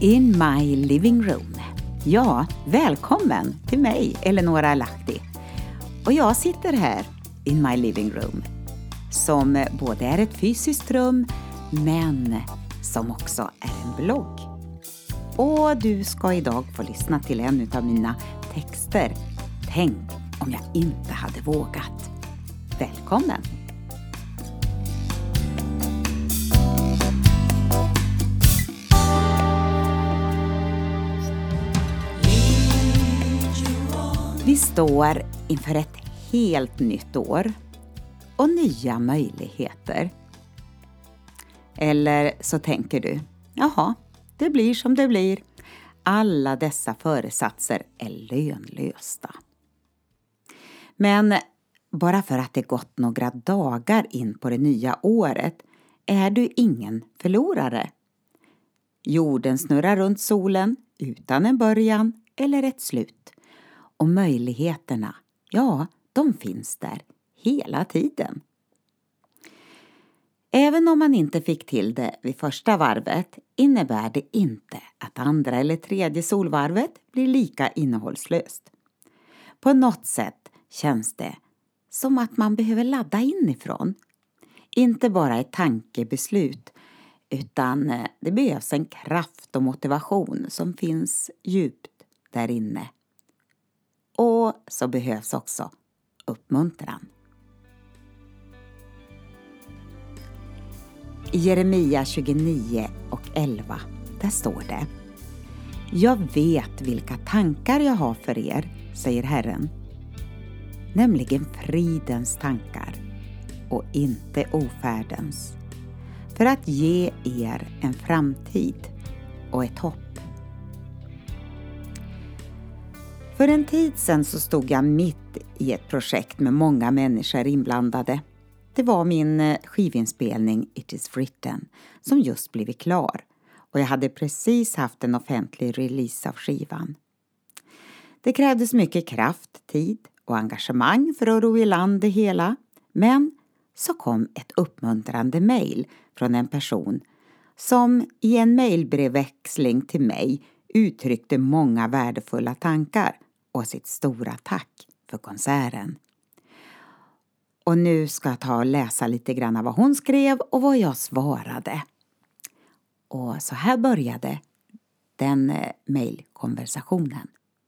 In my living room. Ja, välkommen till mig, Eleonora Lahti. Och jag sitter här in my living room, som både är ett fysiskt rum, men som också är en blogg. Och du ska idag få lyssna till en av mina texter. Tänk om jag inte hade vågat. Välkommen! Vi står inför ett helt nytt år och nya möjligheter. Eller så tänker du, jaha, det blir som det blir. Alla dessa föresatser är lönlösta. Men bara för att det gått några dagar in på det nya året är du ingen förlorare. Jorden snurrar runt solen utan en början eller ett slut. Och möjligheterna, ja, de finns där hela tiden. Även om man inte fick till det vid första varvet innebär det inte att andra eller tredje solvarvet blir lika innehållslöst. På något sätt känns det som att man behöver ladda inifrån. Inte bara ett tankebeslut, utan det behövs en kraft och motivation som finns djupt där inne. Och så behövs också uppmuntran. I Jeremia 29 och 11, där står det: Jag vet vilka tankar jag har för er, säger Herren. Nämligen fridens tankar och inte ofärdens. För att ge er en framtid och ett hopp. För en tid sedan så stod jag mitt i ett projekt med många människor inblandade. Det var min skivinspelning It is written som just blivit klar och jag hade precis haft en offentlig release av skivan. Det krävdes mycket kraft, tid och engagemang för att ro i land det hela, men så kom ett uppmuntrande mejl från en person som i en mejlbrevväxling till mig uttryckte många värdefulla tankar och sitt stora tack för konserten. Och nu ska jag ta och läsa lite grann av vad hon skrev och vad jag svarade. Och så här började den mejlkonversationen.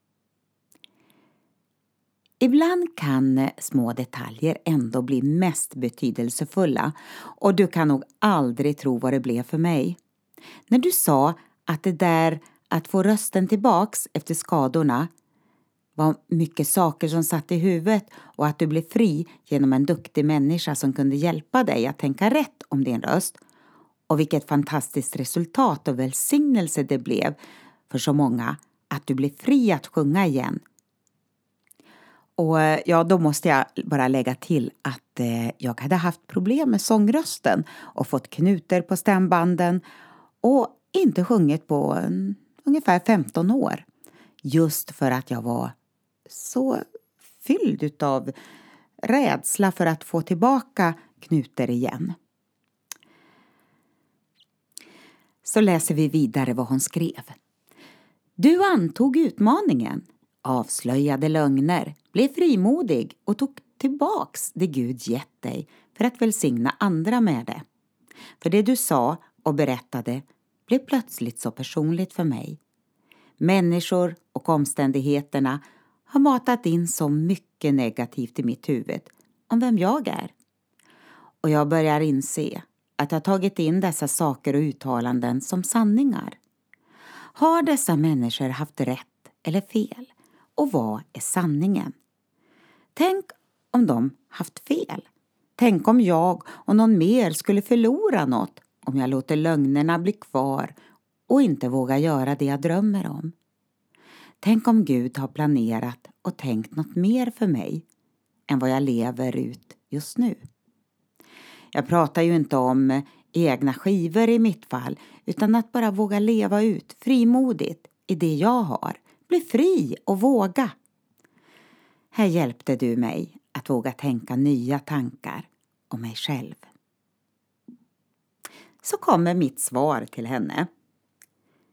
Ibland kan små detaljer ändå bli mest betydelsefulla och du kan nog aldrig tro vad det blev för mig. När du sa att det där att få rösten tillbaks efter skadorna var mycket saker som satt i huvudet och att du blev fri genom en duktig människa som kunde hjälpa dig att tänka rätt om din röst. Och vilket fantastiskt resultat och välsignelse det blev för så många att du blev fri att sjunga igen. Och ja, då måste jag bara lägga till att jag hade haft problem med sångrösten och fått knutor på stämbanden och inte sjungit på ungefär 15 år. Just för att jag var så fylld av rädsla för att få tillbaka knutor igen. Så läser vi vidare vad hon skrev. Du antog utmaningen, avslöjade lögner, blev frimodig och tog tillbaks det Gud gett dig för att välsigna andra med det. För det du sa och berättade blev plötsligt så personligt för mig. Människor och omständigheterna har matat in så mycket negativt i mitt huvud om vem jag är. Och jag börjar inse att jag tagit in dessa saker och uttalanden som sanningar. Har dessa människor haft rätt eller fel? Och vad är sanningen? Tänk om de haft fel. Tänk om jag och någon mer skulle förlora något om jag låter lögnerna bli kvar och inte vågar göra det jag drömmer om. Tänk om Gud har planerat och tänkt något mer för mig än vad jag lever ut just nu. Jag pratar ju inte om egna skivor i mitt fall, utan att bara våga leva ut frimodigt i det jag har. Bli fri och våga. Här hjälpte du mig att våga tänka nya tankar om mig själv. Så kommer mitt svar till henne.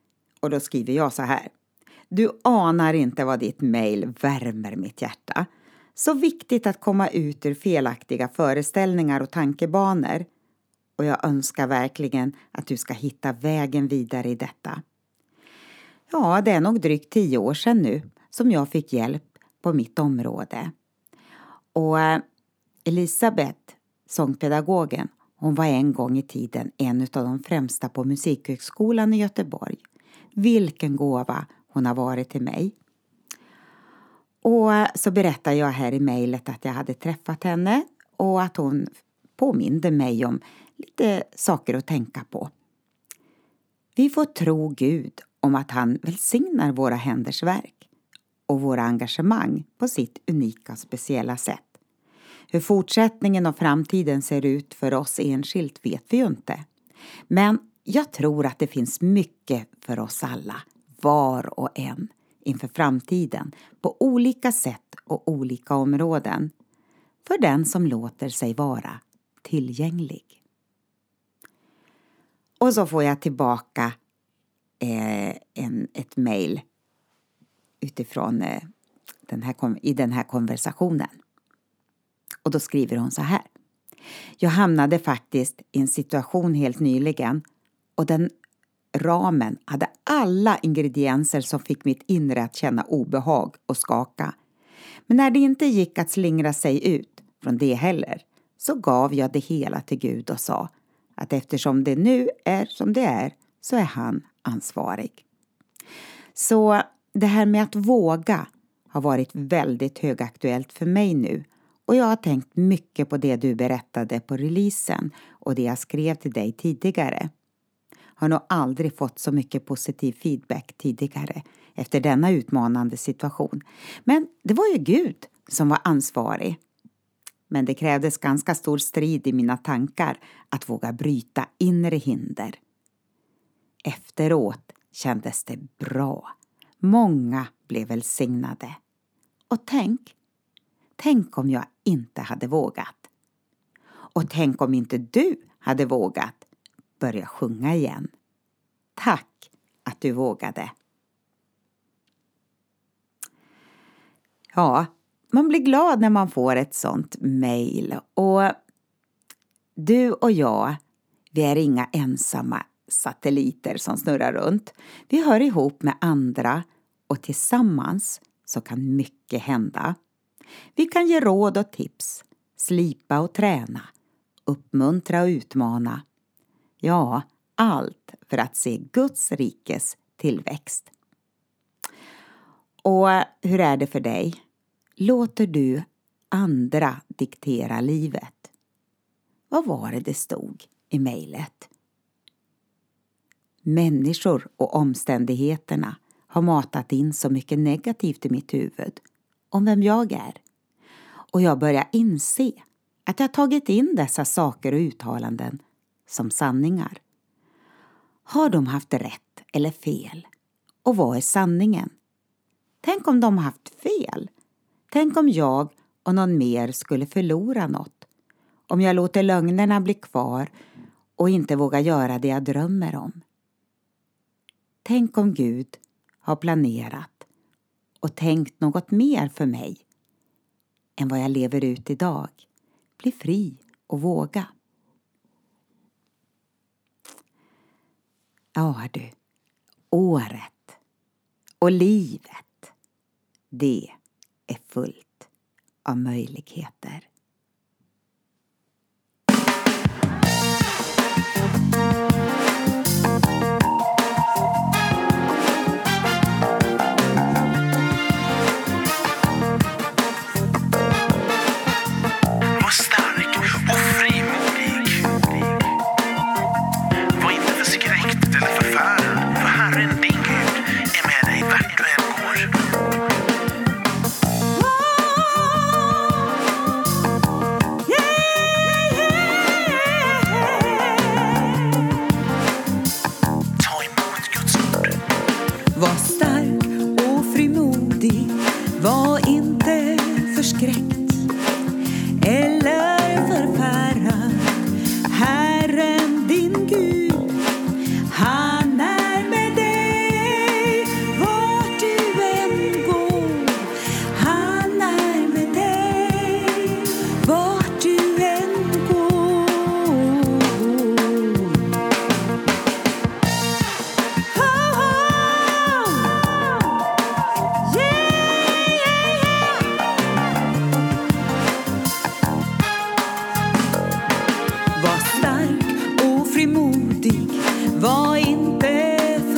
Och då skriver jag så här. Du anar inte vad ditt mejl värmer mitt hjärta. Så viktigt att komma ut ur felaktiga föreställningar och tankebanor. Och jag önskar verkligen att du ska hitta vägen vidare i detta. Ja, det är nog drygt 10 år sedan nu som jag fick hjälp på mitt område. Och Elisabeth, sångpedagogen, hon var en gång i tiden en av de främsta på Musikhögskolan i Göteborg. Vilken gåva hon har varit till mig. Och så berättar jag här i mejlet att jag hade träffat henne och att hon påminde mig om lite saker att tänka på. Vi får tro Gud om att han välsignar våra händers verk och våra engagemang på sitt unika och speciella sätt. Hur fortsättningen och framtiden ser ut för oss enskilt vet vi ju inte. Men jag tror att det finns mycket för oss alla, var och en, inför framtiden på olika sätt och olika områden. För den som låter sig vara tillgänglig. Och så får jag tillbaka ett mejl utifrån i den här konversationen. Och då skriver hon så här. Jag hamnade faktiskt i en situation helt nyligen och den ramen hade alla ingredienser som fick mitt inre att känna obehag och skaka. Men när det inte gick att slingra sig ut från det heller så gav jag det hela till Gud och sa att eftersom det nu är som det är så är han ansvarig. Så det här med att våga har varit väldigt högaktuellt för mig nu. Och jag har tänkt mycket på det du berättade på releasen och det jag skrev till dig tidigare. Har nog aldrig fått så mycket positiv feedback tidigare efter denna utmanande situation. Men det var ju Gud som var ansvarig. Men det krävdes ganska stor strid i mina tankar att våga bryta inre hinder. Efteråt kändes det bra. Många blev välsignade. Och tänk om jag inte hade vågat. Och tänk om inte du hade vågat börja sjunga igen. Tack att du vågade. Ja, man blir glad när man får ett sånt mejl. Och du och jag, vi är inga ensamma satelliter som snurrar runt. Vi hör ihop med andra och tillsammans så kan mycket hända. Vi kan ge råd och tips, slipa och träna, uppmuntra och utmana. Ja, allt för att se Guds rikes tillväxt. Och hur är det för dig? Låter du andra diktera livet? Vad var det stod i mejlet? Människor och omständigheterna har matat in så mycket negativt i mitt huvud om vem jag är. Och jag börjar inse att jag tagit in dessa saker och uttalanden som sanningar. Har de haft rätt eller fel? Och vad är sanningen? Tänk om de haft fel? Tänk om jag och någon mer skulle förlora något? Om jag låter lögnerna bli kvar och inte vågar göra det jag drömmer om? Tänk om Gud har planerat och tänkt något mer för mig än vad jag lever ut idag. Bli fri och våga. Ja du, året och livet, det är fullt av möjligheter.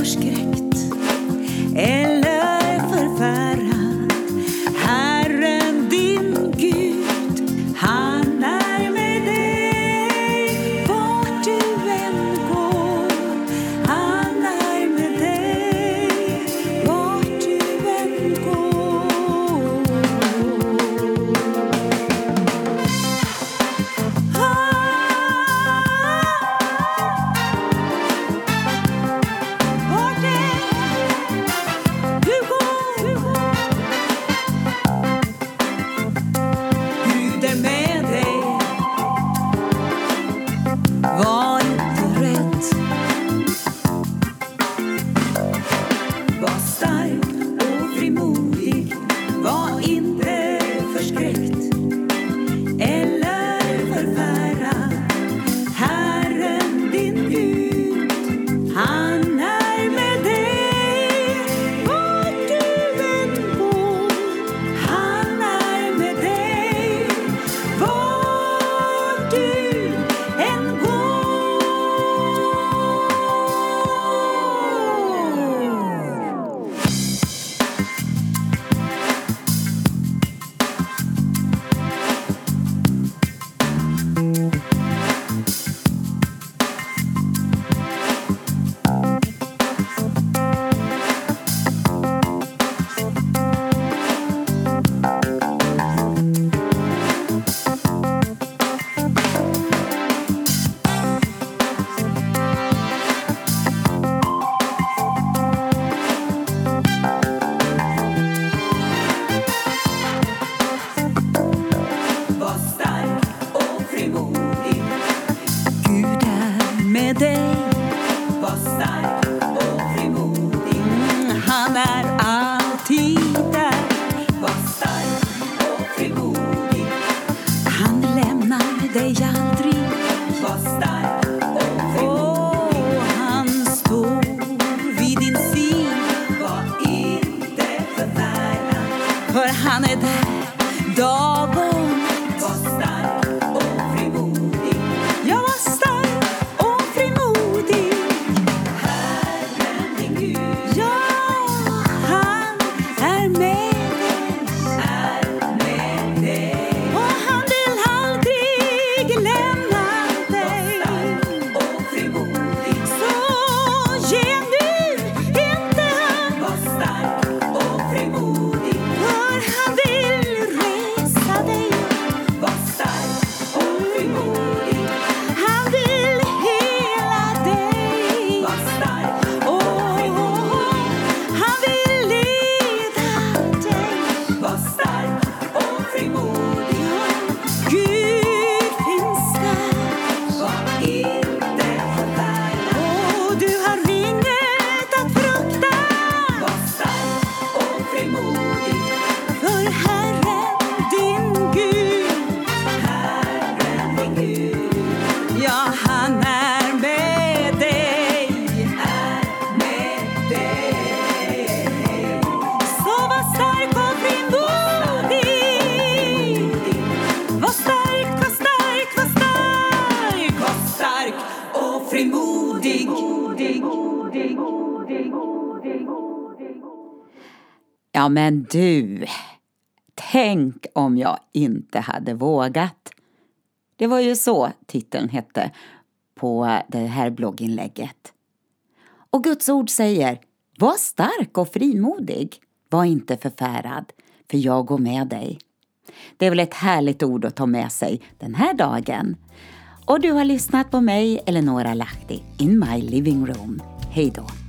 förskräckt eller förfärad. Herren din Gud, han är med dig vart du än går. Han är med dig vart du än går. Var inte rädd. Var stark och frimodig. Var inte förskräckt eller förfärad. Herren din Gud, han är med dig vart du än går. Han är med dig vart du än går. Var stark och frimodig. Gud är med dig. Var stark och frimodig. Han är alltid där. Var stark och frimodig. Han lämnar dig aldrig. Var stark och frimodig. Han står vid din sida. Var inte förfärad. För han är där dag och natt. Var stark och frimodig. Jag var stark och frimodig. Herren din Gud, ja, han är med dig. Och han vill aldrig lämna dig. Var stark och frimodig. Så ge nu inte upp. Var stark och frimodig. För han vill resa dig. Var stark och frimodig. Han vill hela dig. Var stark och frimodig. Han vill leda dig. Var stark och frimodig. Gud finns där. Var inte förfärad. Och du har inget att frukta. Var stark och frimodig. För Herren din Gud, Herren din Gud, ja, han är med dig, är med dig. Så var stark och frimodig. Var stark, var stark, var stark. Var stark och frimodig. Ja, men du, tänk om jag inte hade vågat. Det var ju så titeln hette på det här blogginlägget. Och Guds ord säger, var stark och frimodig. Var inte förfärad, för jag går med dig. Det är väl ett härligt ord att ta med sig den här dagen. Och du har lyssnat på mig, Eleonora Lahti, in my living room. Hej då.